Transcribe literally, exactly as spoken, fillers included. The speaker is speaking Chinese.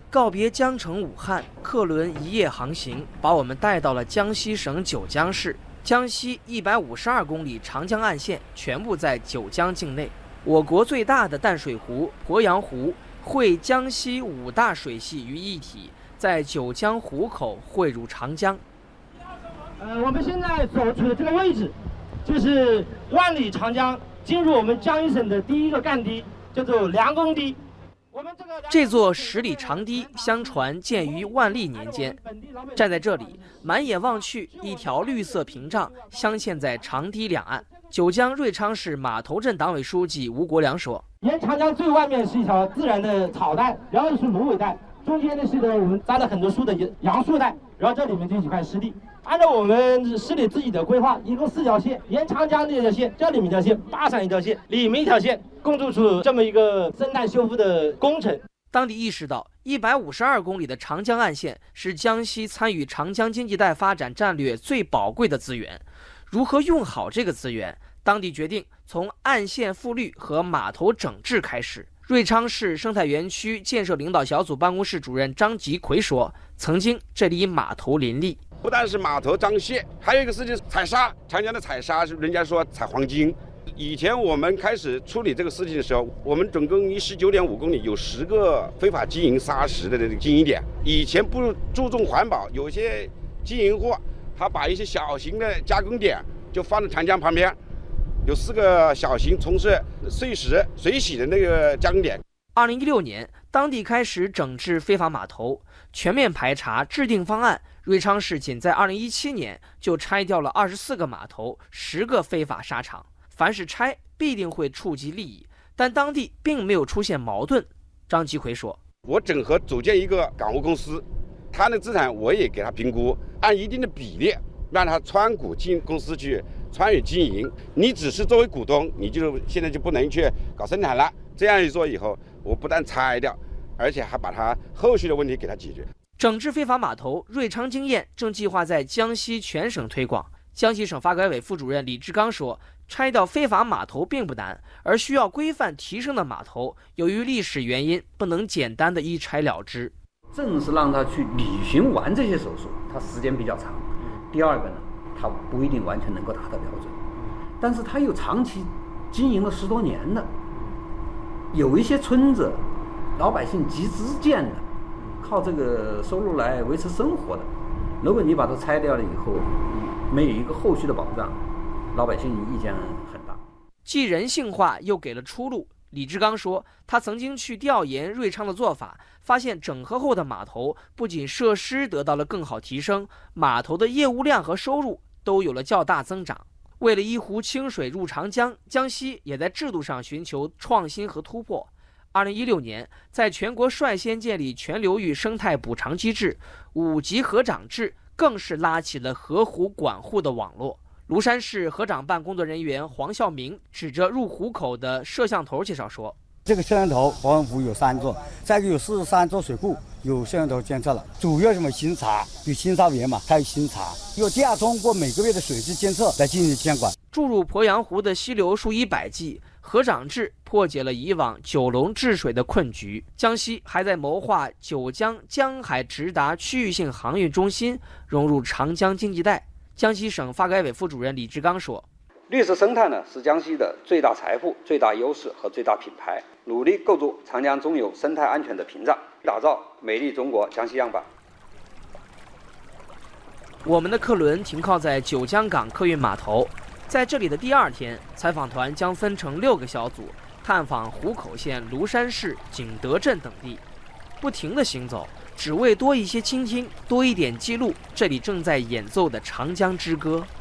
告别江城武汉，客轮一夜航行，把我们带到了江西省九江市。江西一百五十二公里长江岸线全部在九江境内。我国最大的淡水湖鄱阳湖汇江西五大水系于一体，在九江湖口汇入长江。 呃，我们现在所处的这个位置，就是万里长江进入我们江西省的第一个干堤，叫做梁公堤。我们这个这座十里长堤，相传建于万历年间。站在这里，满眼望去，一条绿色屏障镶嵌在长堤两岸。九江瑞昌市码头镇党委书记吴国良说：“ 沿长江最外面是一条自然的草带，然后是芦苇带，中间呢是的我们栽了很多树的杨树带，然后这里面就几块湿地。按照我们市里自己的规划，一共四条线，沿长江这条线，这里面一条线，坝上一条线，里面一条线，共筑出这么一个生态修复的工程。” 当地意识到，一百五十二公里的长江岸线是江西参与长江经济带发展战略最宝贵的资源。如何用好这个资源？当地决定从岸线复绿和码头整治开始。瑞昌市生态园区建设领导小组办公室主任张吉奎说：“曾经这里码头林立， 不但是码头张线，还有一个事情采砂。长江的采砂是人家说采黄金。以前我们开始处理这个事情的时候，我们总共一十九点五公里，有十个非法经营砂石的这个经营点。以前不注重环保，有些经营户他把一些小型的加工点就放在长江旁边，有四个小型从事碎石水洗的那个加工点。 二零一六年，当地开始整治非法码头，全面排查，制定方案。瑞昌市仅在二零一七年就拆掉了二十四个码头，十个非法沙场。凡是拆，必定会触及利益，但当地并没有出现矛盾。张吉奎说：“ 我整合组建一个港务公司，他的资产我也给他评估，按一定的比例让他参股进公司去参与经营。你只是作为股东，你就现在就不能去搞生产了。这样一做以后，我不但拆掉，而且还把他后续的问题给他解决。” 整治非法码头，瑞昌经验正计划在江西全省推广。江西省发改委副主任李志刚说：“拆掉非法码头并不难，而需要规范提升的码头，由于历史原因，不能简单的一拆了之。 正是让他去履行完这些手术，他时间比较长。第二个呢，他不一定完全能够达到标准，但是他又长期经营了十多年了，有一些村子，老百姓集资建的，靠这个收入来维持生活的。如果你把它拆掉了以后，没有一个后续的保障，老百姓意见很大。 既人性化，又给了出路。李志刚说，他曾经去调研瑞昌的做法，发现整合后的码头不仅设施得到了更好提升，码头的业务量和收入都有了较大增长。为了一湖清水入长江，江西也在制度上寻求创新和突破。二零一六年，在全国率先建立全流域生态补偿机制，五级河长制更是拉起了河湖管护的网络。庐山市河长办工作人员黄孝明指着入湖口的摄像头介绍说：“ 这个摄像头保安湖有三座，再一个有四十三座水库，有摄像头监测了。主要什么巡查，有巡查员嘛，还有巡查，有第二通过每个月的水质监测来进行监管。” 注入鄱阳湖的溪流数以百计，河长制破解了以往九龙治水的困局。江西还在谋划九江江海直达区域性航运中心，融入长江经济带。江西省发改委副主任李志刚说：“ 绿色生态呢是江西的最大财富、最大优势和最大品牌，努力构筑长江中游生态安全的屏障，打造美丽中国江西样板。” 我们的客轮停靠在九江港客运码头，在这里的第二天，采访团将分成六个小组，探访湖口县庐山市景德镇等地，不停地行走，只为多一些倾听，多一点记录这里正在演奏的长江之歌。